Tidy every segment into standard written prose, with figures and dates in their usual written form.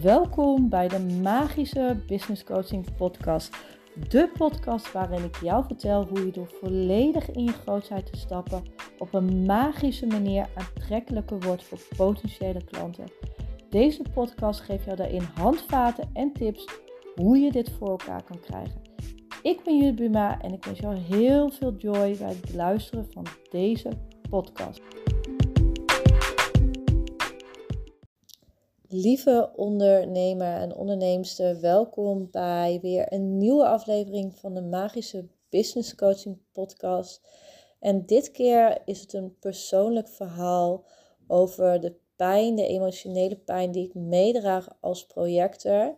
Welkom bij de Magische Business Coaching Podcast. De podcast waarin ik jou vertel hoe je door volledig in je grootheid te stappen op een magische manier aantrekkelijker wordt voor potentiële klanten. Deze podcast geeft jou daarin handvaten en tips hoe je dit voor elkaar kan krijgen. Ik ben Judith Buma en ik wens jou heel veel joy bij het luisteren van deze podcast. Lieve ondernemer en onderneemster, welkom bij weer een nieuwe aflevering van de Magische Business Coaching Podcast. En dit keer is het een persoonlijk verhaal over de pijn, de emotionele pijn die ik meedraag als projector.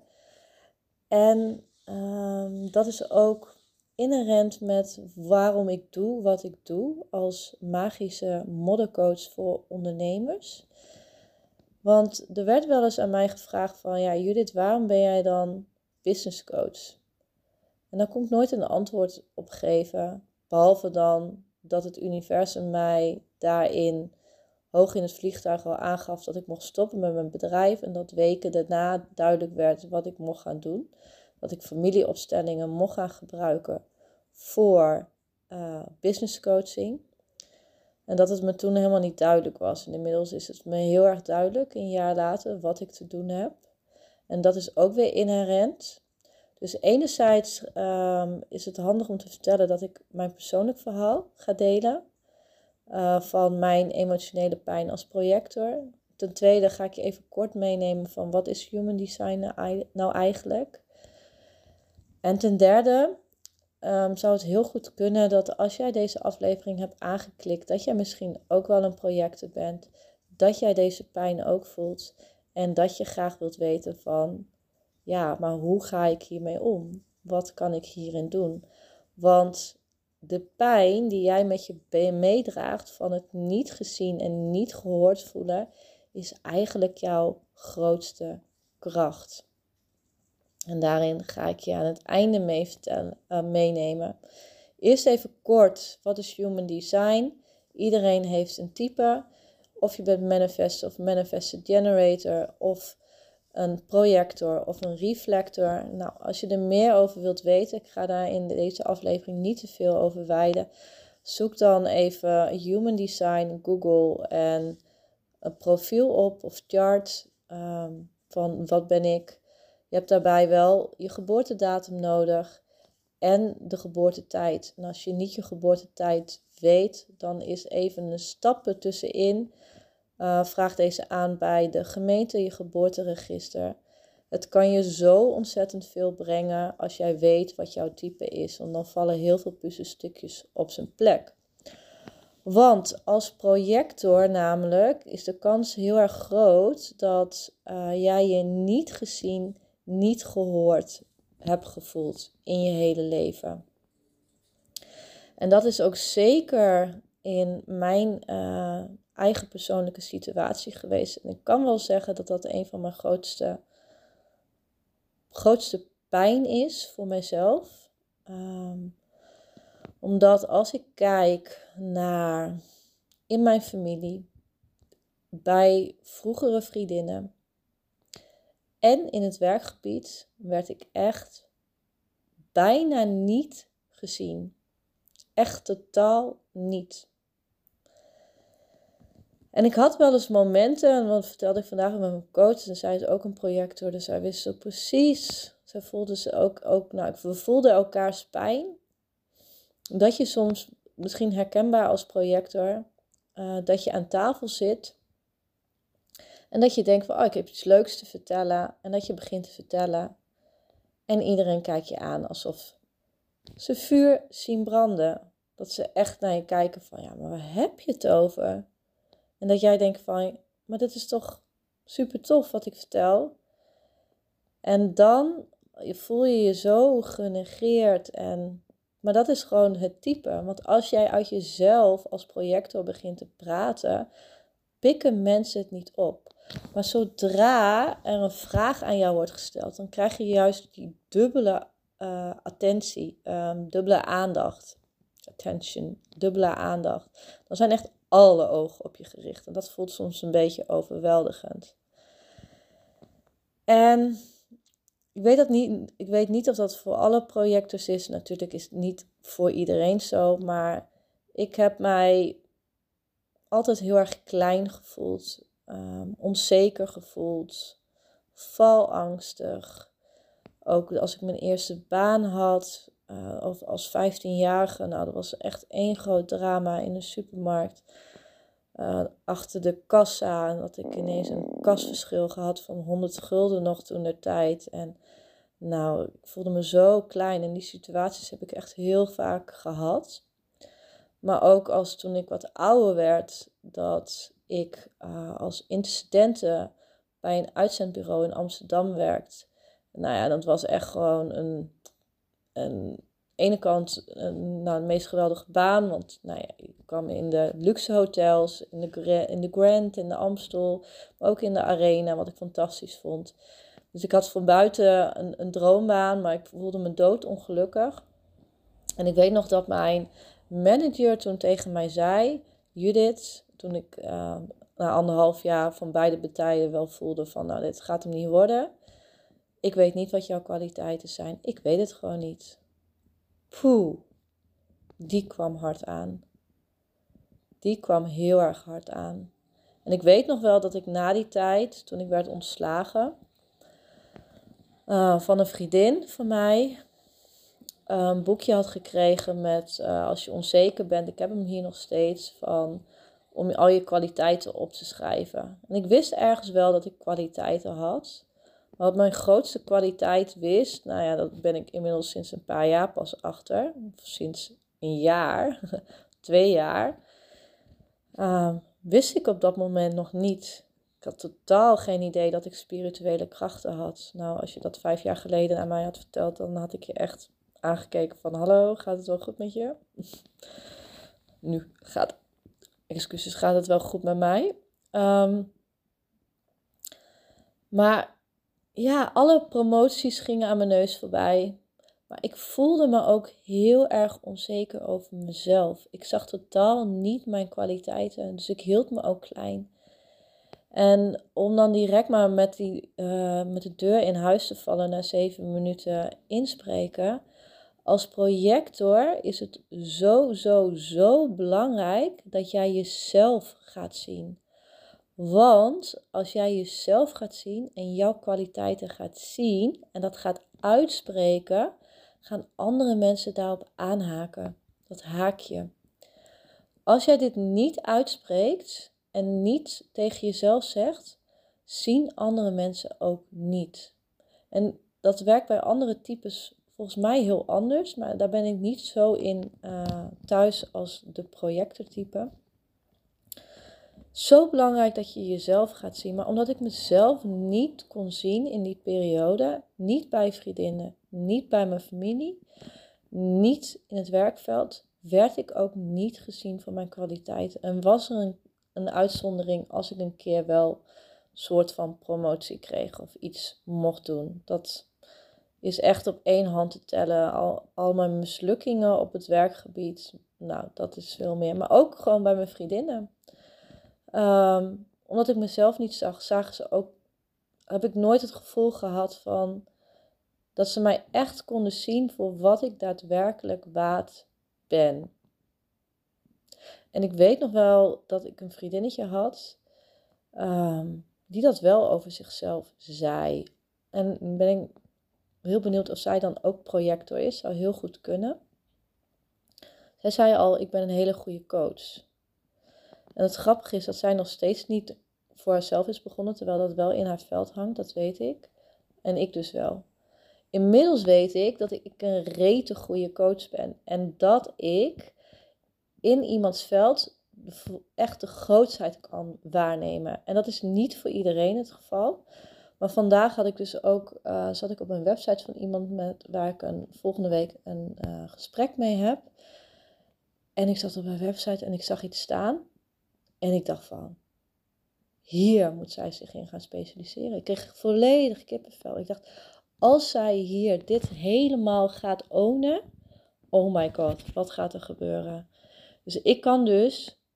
En dat is ook inherent met waarom ik doe wat ik doe als magische moddercoach voor ondernemers. Want er werd wel eens aan mij gevraagd van, ja Judith, waarom ben jij dan business coach? En daar kon ik nooit een antwoord op geven, behalve dan dat het universum mij daarin hoog in het vliegtuig al aangaf dat ik mocht stoppen met mijn bedrijf. En dat weken daarna duidelijk werd wat ik mocht gaan doen. Dat ik familieopstellingen mocht gaan gebruiken voor business coaching. En dat het me toen helemaal niet duidelijk was. En inmiddels is het me heel erg duidelijk, een jaar later, wat ik te doen heb. En dat is ook weer inherent. Dus enerzijds is het handig om te vertellen dat ik mijn persoonlijk verhaal ga delen. Van mijn emotionele pijn als projector. Ten tweede ga ik je even kort meenemen van wat is human design nou eigenlijk. En ten derde zou het heel goed kunnen dat als jij deze aflevering hebt aangeklikt, dat jij misschien ook wel een projector bent, dat jij deze pijn ook voelt en dat je graag wilt weten van, ja, maar hoe ga ik hiermee om? Wat kan ik hierin doen? Want de pijn die jij met je meedraagt van het niet gezien en niet gehoord voelen, is eigenlijk jouw grootste kracht. En daarin ga ik je aan het einde meenemen. Eerst even kort, wat is human design? Iedereen heeft een type. Of je bent manifestor of manifestor generator of een projector of een reflector. Nou, als je er meer over wilt weten, ik ga daar in deze aflevering niet te veel over wijden. Zoek dan even human design, Google en een profiel op of chart van wat ben ik. Je hebt daarbij wel je geboortedatum nodig en de geboortetijd. En als je niet je geboortetijd weet, dan is even een stap ertussenin. Vraag deze aan bij de gemeente, je geboorteregister. Het kan je zo ontzettend veel brengen als jij weet wat jouw type is. Want dan vallen heel veel puzzelstukjes op zijn plek. Want als projector namelijk is de kans heel erg groot dat jij je niet gezien, niet gehoord hebt gevoeld in je hele leven. En dat is ook zeker in mijn eigen persoonlijke situatie geweest. En ik kan wel zeggen dat dat een van mijn grootste pijn is voor mezelf. Omdat als ik kijk naar in mijn familie, bij vroegere vriendinnen en in het werkgebied werd ik echt bijna niet gezien. Echt totaal niet. En ik had wel eens momenten, want vertelde ik vandaag met mijn coach, en zij is ook een projector, dus zij wist zo precies. Zij voelde ze ook we voelden elkaars pijn. Dat je soms, misschien herkenbaar als projector, dat je aan tafel zit en dat je denkt van, ik heb iets leuks te vertellen. En dat je begint te vertellen en iedereen kijkt je aan alsof ze vuur zien branden. Dat ze echt naar je kijken van, ja, maar waar heb je het over? En dat jij denkt van, maar dit is toch super tof wat ik vertel. En dan voel je je zo genegeerd. Maar dat is gewoon het type. Want als jij uit jezelf als projector begint te praten, pikken mensen het niet op. Maar zodra er een vraag aan jou wordt gesteld, dan krijg je juist die dubbele attentie, dubbele aandacht. Attention, dubbele aandacht. Dan zijn echt alle ogen op je gericht. En dat voelt soms een beetje overweldigend. En ik weet niet of dat voor alle projectors is. Natuurlijk is het niet voor iedereen zo. Maar ik heb mij altijd heel erg klein gevoeld. Onzeker gevoeld. Valangstig. Ook als ik mijn eerste baan had. Of als 15-jarige. Nou, dat was echt één groot drama in de supermarkt. Achter de kassa. En dat ik ineens een kasverschil gehad van 100 gulden nog toen der tijd. En nou, ik voelde me zo klein. En die situaties heb ik echt heel vaak gehad. Maar ook als toen ik wat ouder werd, dat ik als interstudente bij een uitzendbureau in Amsterdam werkte. Nou ja, dat was echt gewoon een ene kant een meest geweldige baan. Want nou ja, ik kwam in de luxe hotels, in de Grand, in de Amstel. Maar ook in de Arena, wat ik fantastisch vond. Dus ik had van buiten een droombaan, maar ik voelde me doodongelukkig. En ik weet nog dat mijn manager toen tegen mij zei: Judith, toen ik na 1,5 jaar van beide partijen wel voelde van, nou, dit gaat hem niet worden. Ik weet niet wat jouw kwaliteiten zijn. Ik weet het gewoon niet. Poeh, die kwam hard aan. Die kwam heel erg hard aan. En ik weet nog wel dat ik na die tijd, toen ik werd ontslagen van een vriendin van mij, een boekje had gekregen met als je onzeker bent, ik heb hem hier nog steeds, om al je kwaliteiten op te schrijven. En ik wist ergens wel dat ik kwaliteiten had. Maar wat mijn grootste kwaliteit wist, nou ja, dat ben ik inmiddels sinds een paar jaar pas achter. Of sinds een jaar, 2 jaar. Wist ik op dat moment nog niet. Ik had totaal geen idee dat ik spirituele krachten had. Nou, als je dat 5 jaar geleden aan mij had verteld, dan had ik je echt aangekeken van, hallo, gaat het wel goed met je? Nu gaat het wel goed met mij? Maar ja, alle promoties gingen aan mijn neus voorbij. Maar ik voelde me ook heel erg onzeker over mezelf. Ik zag totaal niet mijn kwaliteiten, dus ik hield me ook klein. En om dan direct maar met de deur in huis te vallen na 7 minuten inspreken. Als projector is het zo belangrijk dat jij jezelf gaat zien. Want als jij jezelf gaat zien en jouw kwaliteiten gaat zien en dat gaat uitspreken, gaan andere mensen daarop aanhaken. Dat haakje. Als jij dit niet uitspreekt en niet tegen jezelf zegt, zien andere mensen ook niet. En dat werkt bij andere types volgens mij heel anders, maar daar ben ik niet zo in thuis als de projectortype. Zo belangrijk dat je jezelf gaat zien, maar omdat ik mezelf niet kon zien in die periode, niet bij vriendinnen, niet bij mijn familie, niet in het werkveld, werd ik ook niet gezien voor mijn kwaliteiten. En was er een uitzondering als ik een keer wel een soort van promotie kreeg of iets mocht doen. Dat is echt op 1 hand te tellen. Al mijn mislukkingen op het werkgebied, nou, dat is veel meer. Maar ook gewoon bij mijn vriendinnen. Omdat ik mezelf niet zag, zagen ze ook, heb ik nooit het gevoel gehad van dat ze mij echt konden zien voor wat ik daadwerkelijk waard ben. En ik weet nog wel dat ik een vriendinnetje had die dat wel over zichzelf zei. En ben ik heel benieuwd of zij dan ook projector is. Zou heel goed kunnen. Zij zei al, ik ben een hele goede coach. En het grappige is dat zij nog steeds niet voor haarzelf is begonnen, terwijl dat wel in haar veld hangt, dat weet ik. En ik dus wel. Inmiddels weet ik dat ik een rete goede coach ben. En dat ik in iemands veld echt de grootheid kan waarnemen. En dat is niet voor iedereen het geval. Maar vandaag had ik dus ook, zat ik op een website van iemand waar ik volgende week een gesprek mee heb. En ik zat op een website en ik zag iets staan. En ik dacht van, hier moet zij zich in gaan specialiseren. Ik kreeg volledig kippenvel. Ik dacht, als zij hier dit helemaal gaat ownen, oh my god, wat gaat er gebeuren? Dus ik kan dus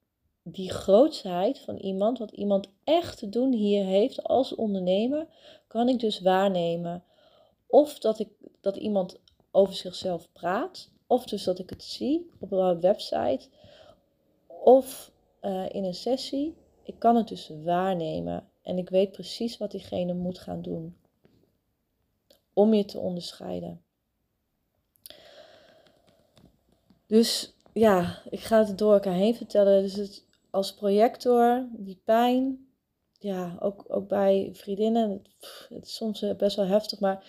die grootsheid van iemand, wat iemand echt te doen hier heeft als ondernemer, kan ik dus waarnemen. Of dat iemand over zichzelf praat, of dus dat ik het zie op een website, of in een sessie. Ik kan het dus waarnemen en ik weet precies wat diegene moet gaan doen om je te onderscheiden. Dus ja, ik ga het door elkaar heen vertellen. Dus het, als projector, die pijn, ja, ook bij vriendinnen, het is soms best wel heftig, maar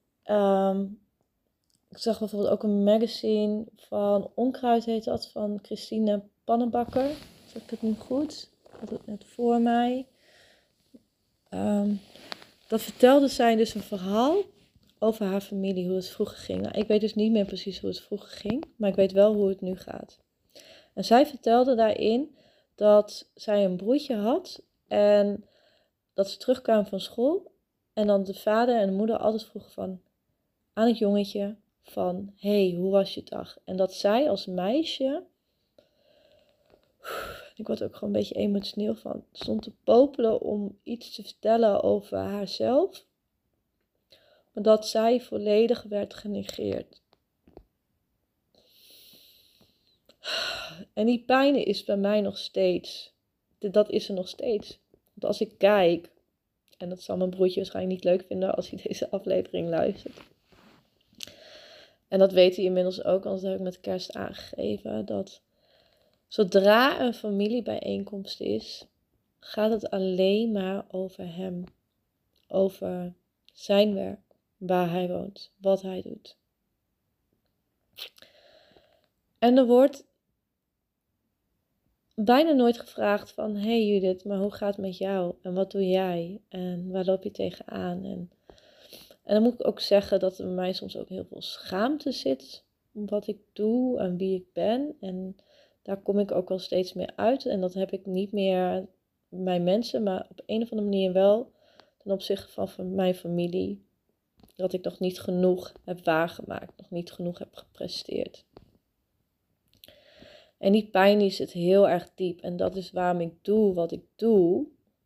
ik zag bijvoorbeeld ook een magazine van Onkruid, heet dat, van Christine Pannenbakker. Zeg ik het nu goed? Ik had het net voor mij. Dat vertelde zij dus een verhaal over haar familie, hoe het vroeger ging. Nou, ik weet dus niet meer precies hoe het vroeger ging, maar ik weet wel hoe het nu gaat. En zij vertelde daarin dat zij een broertje had en dat ze terugkwamen van school. En dan de vader en de moeder altijd vroegen aan het jongetje van, hey, hoe was je dag? En dat zij als meisje, ik word er ook gewoon een beetje emotioneel van, stond te popelen om iets te vertellen over haarzelf. Maar dat zij volledig werd genegeerd. En die pijn is bij mij nog steeds. Dat is er nog steeds. Want als ik kijk, en dat zal mijn broertje waarschijnlijk niet leuk vinden als hij deze aflevering luistert. En dat weet hij inmiddels ook, anders heb ik met kerst aangegeven, dat zodra een familiebijeenkomst is, gaat het alleen maar over hem. Over zijn werk, waar hij woont, wat hij doet. En er wordt bijna nooit gevraagd van, hey Judith, maar hoe gaat het met jou? En wat doe jij? En waar loop je tegenaan? En dan moet ik ook zeggen dat er bij mij soms ook heel veel schaamte zit. Om wat ik doe en wie ik ben. En daar kom ik ook wel steeds meer uit. En dat heb ik niet meer bij mensen, maar op een of andere manier wel ten opzichte van mijn familie. Dat ik nog niet genoeg heb waargemaakt, nog niet genoeg heb gepresteerd. En die pijn die zit heel erg diep. En dat is waarom ik doe wat ik doe.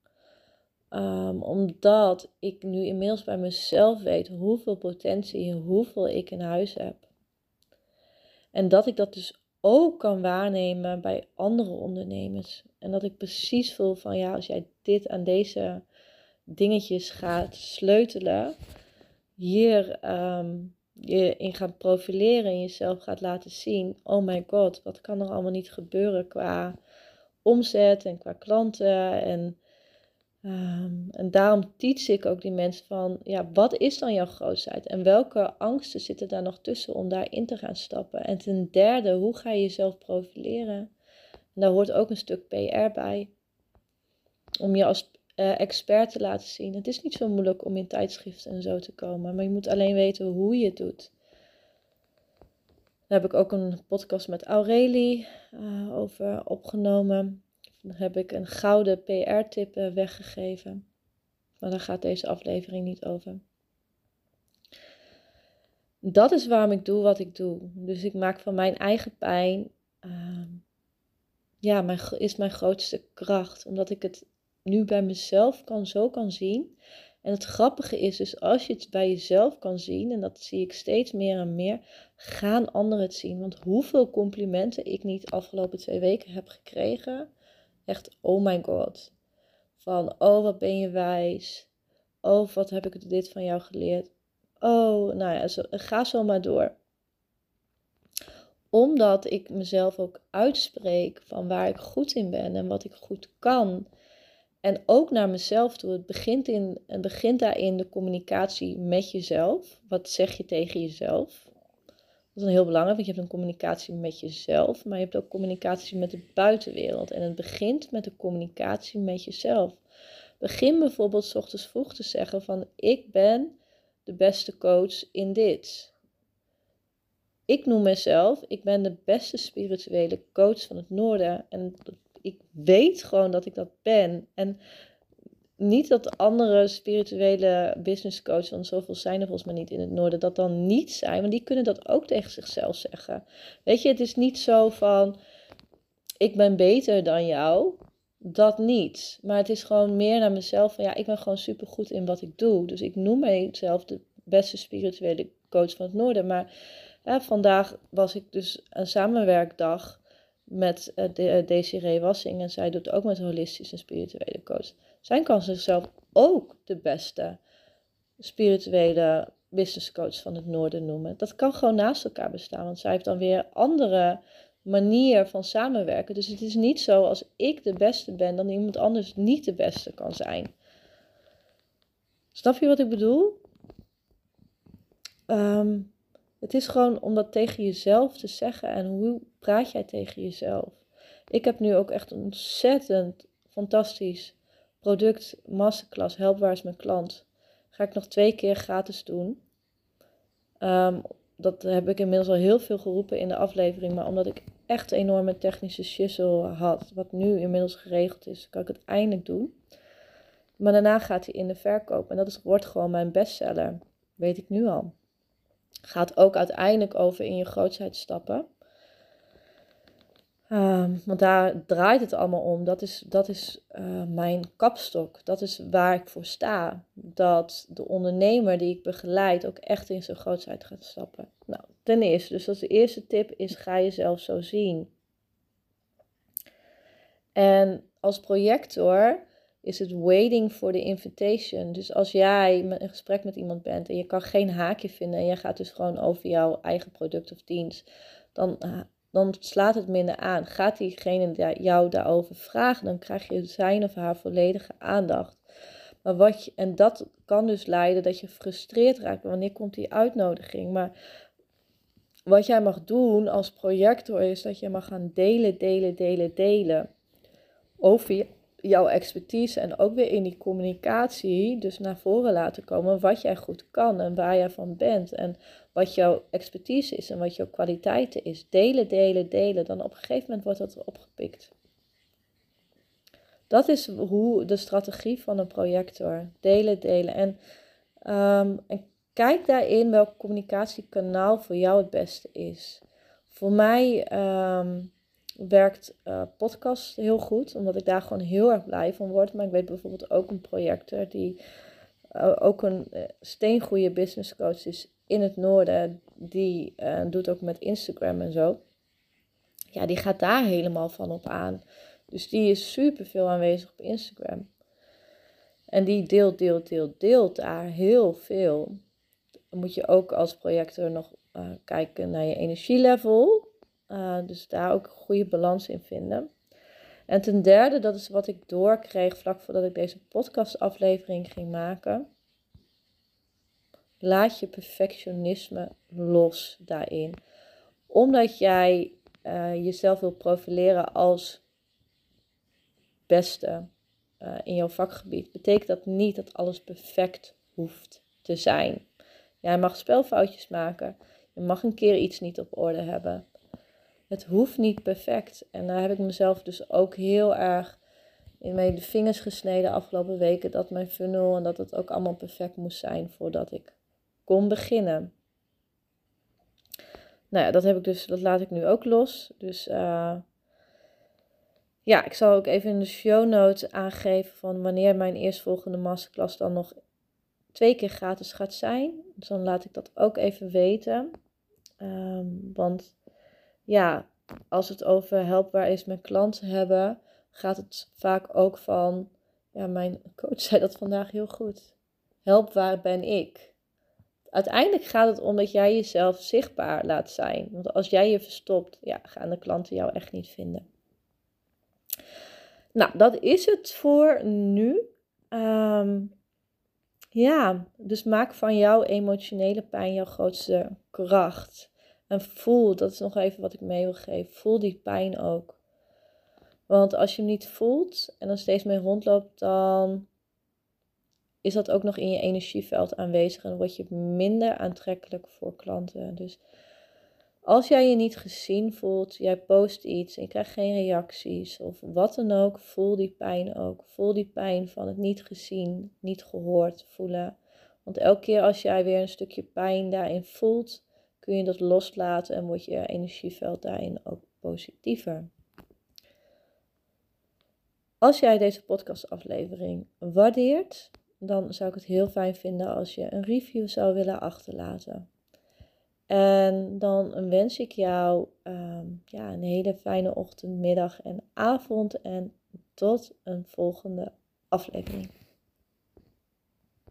Omdat ik nu inmiddels bij mezelf weet hoeveel potentie en hoeveel ik in huis heb. En dat ik dat dus ook kan waarnemen bij andere ondernemers. En dat ik precies voel van ja, als jij dit aan deze dingetjes gaat sleutelen, hier je in gaat profileren en jezelf gaat laten zien. Oh my god, wat kan er allemaal niet gebeuren qua omzet en qua klanten. En daarom teach ik ook die mensen van, ja, wat is dan jouw grootheid? En welke angsten zitten daar nog tussen om daarin te gaan stappen? En ten derde, hoe ga je jezelf profileren? En daar hoort ook een stuk PR bij. Om je als expert te laten zien. Het is niet zo moeilijk om in tijdschriften en zo te komen. Maar je moet alleen weten hoe je het doet. Daar heb ik ook een podcast met Aurélie over opgenomen. Dan heb ik een gouden PR-tip weggegeven. Maar daar gaat deze aflevering niet over. Dat is waarom ik doe wat ik doe. Dus ik maak van mijn eigen pijn, is mijn grootste kracht. Omdat ik het nu bij mezelf zo kan zien. En het grappige is dus, als je het bij jezelf kan zien, en dat zie ik steeds meer en meer, gaan anderen het zien. Want hoeveel complimenten ik niet de afgelopen 2 weken heb gekregen. Echt, oh my god. Van, oh wat ben je wijs. Oh, wat heb ik dit van jou geleerd. Oh, nou ja, ga zo maar door. Omdat ik mezelf ook uitspreek van waar ik goed in ben en wat ik goed kan. En ook naar mezelf toe. Het begint daarin de communicatie met jezelf. Wat zeg je tegen jezelf? Dat is heel belangrijk, want je hebt een communicatie met jezelf. Maar je hebt ook communicatie met de buitenwereld. En het begint met de communicatie met jezelf. Begin bijvoorbeeld 's ochtends vroeg te zeggen van, ik ben de beste coach in dit. Ik noem mezelf, ik ben de beste spirituele coach van het noorden. En ik weet gewoon dat ik dat ben. En niet dat andere spirituele business coaches, want zoveel zijn er volgens mij niet in het noorden, dat dan niet zijn. Want die kunnen dat ook tegen zichzelf zeggen. Weet je, het is niet zo van, ik ben beter dan jou, dat niet. Maar het is gewoon meer naar mezelf van, ja, ik ben gewoon supergoed in wat ik doe. Dus ik noem mijzelf de beste spirituele coach van het Noorden. Maar vandaag was ik dus een samenwerkdag met Desiree Wassing. En zij doet ook met holistisch en spirituele coach. Zij kan zichzelf ook de beste spirituele business coach van het Noorden noemen. Dat kan gewoon naast elkaar bestaan. Want zij heeft dan weer andere manier van samenwerken. Dus het is niet zo als ik de beste ben, dan iemand anders niet de beste kan zijn. Snap je wat ik bedoel? Het is gewoon om dat tegen jezelf te zeggen. En hoe praat jij tegen jezelf? Ik heb nu ook echt een ontzettend fantastisch product, masterclass, Help, waar is mijn klant? Ga ik nog 2 keer gratis doen. Dat heb ik inmiddels al heel veel geroepen in de aflevering. Maar omdat ik echt enorme technische shizzle had, wat nu inmiddels geregeld is, kan ik het eindelijk doen. Maar daarna gaat hij in de verkoop. En dat wordt gewoon mijn bestseller. Weet ik nu al. Gaat ook uiteindelijk over in je grootsheid stappen. Want daar draait het allemaal om. Dat is mijn kapstok. Dat is waar ik voor sta. Dat de ondernemer die ik begeleid ook echt in zijn grootsheid gaat stappen. Nou, ten eerste. Dus dat is de eerste tip is, ga jezelf zo zien. En als projector is het waiting for the invitation. Dus als jij in gesprek met iemand bent en je kan geen haakje vinden en je gaat dus gewoon over jouw eigen product of dienst, dan slaat het minder aan. Gaat diegene jou daarover vragen, dan krijg je zijn of haar volledige aandacht. En dat kan dus leiden dat je gefrustreerd raakt. Wanneer komt die uitnodiging? Maar wat jij mag doen als projector is dat je mag gaan delen over jouw expertise en ook weer in die communicatie dus naar voren laten komen wat jij goed kan en waar jij van bent en wat jouw expertise is en wat jouw kwaliteiten is. Delen. Dan op een gegeven moment wordt dat opgepikt. Dat is de strategie van een projector. Delen. En kijk daarin welk communicatiekanaal voor jou het beste is. Voor mij werkt podcast heel goed, omdat ik daar gewoon heel erg blij van word. Maar ik weet bijvoorbeeld ook een projector die ook een steengoeie business coach is in het Noorden. Die doet ook met Instagram en zo. Ja, die gaat daar helemaal van op aan. Dus die is super veel aanwezig op Instagram. En die deelt daar heel veel. Dan moet je ook als projector nog kijken naar je energielevel. Dus daar ook een goede balans in vinden. En ten derde, dat is wat ik doorkreeg vlak voordat ik deze podcastaflevering ging maken. Laat je perfectionisme los daarin. Omdat jij jezelf wil profileren als beste in jouw vakgebied, betekent dat niet dat alles perfect hoeft te zijn. Jij mag spelfoutjes maken. Je mag een keer iets niet op orde hebben. Het hoeft niet perfect. En daar heb ik mezelf dus ook heel erg in de vingers gesneden afgelopen weken. Dat mijn funnel en dat het ook allemaal perfect moest zijn voordat ik kon beginnen. Nou ja, dat laat ik nu ook los. Dus ja, ik zal ook even in de show notes aangeven van wanneer mijn eerstvolgende masterclass dan nog 2 keer gratis gaat zijn. Dus dan laat ik dat ook even weten. Want ja, als het over help, waar is mijn klant hebben, gaat het vaak ook van, ja, mijn coach zei dat vandaag heel goed. Help, waar ben ik? Uiteindelijk gaat het om dat jij jezelf zichtbaar laat zijn. Want als jij je verstopt, ja, gaan de klanten jou echt niet vinden. Nou, dat is het voor nu. Ja, dus maak van jouw emotionele pijn jouw grootste kracht. En voel, dat is nog even wat ik mee wil geven, voel die pijn ook. Want als je hem niet voelt en er steeds mee rondloopt, dan is dat ook nog in je energieveld aanwezig. En dan word je minder aantrekkelijk voor klanten. Dus als jij je niet gezien voelt, jij post iets en je krijgt geen reacties of wat dan ook, voel die pijn ook. Voel die pijn van het niet gezien, niet gehoord voelen. Want elke keer als jij weer een stukje pijn daarin voelt, kun je dat loslaten en wordt je energieveld daarin ook positiever. Als jij deze podcastaflevering waardeert, dan zou ik het heel fijn vinden als je een review zou willen achterlaten. En dan wens ik jou een hele fijne ochtend, middag en avond. En tot een volgende aflevering.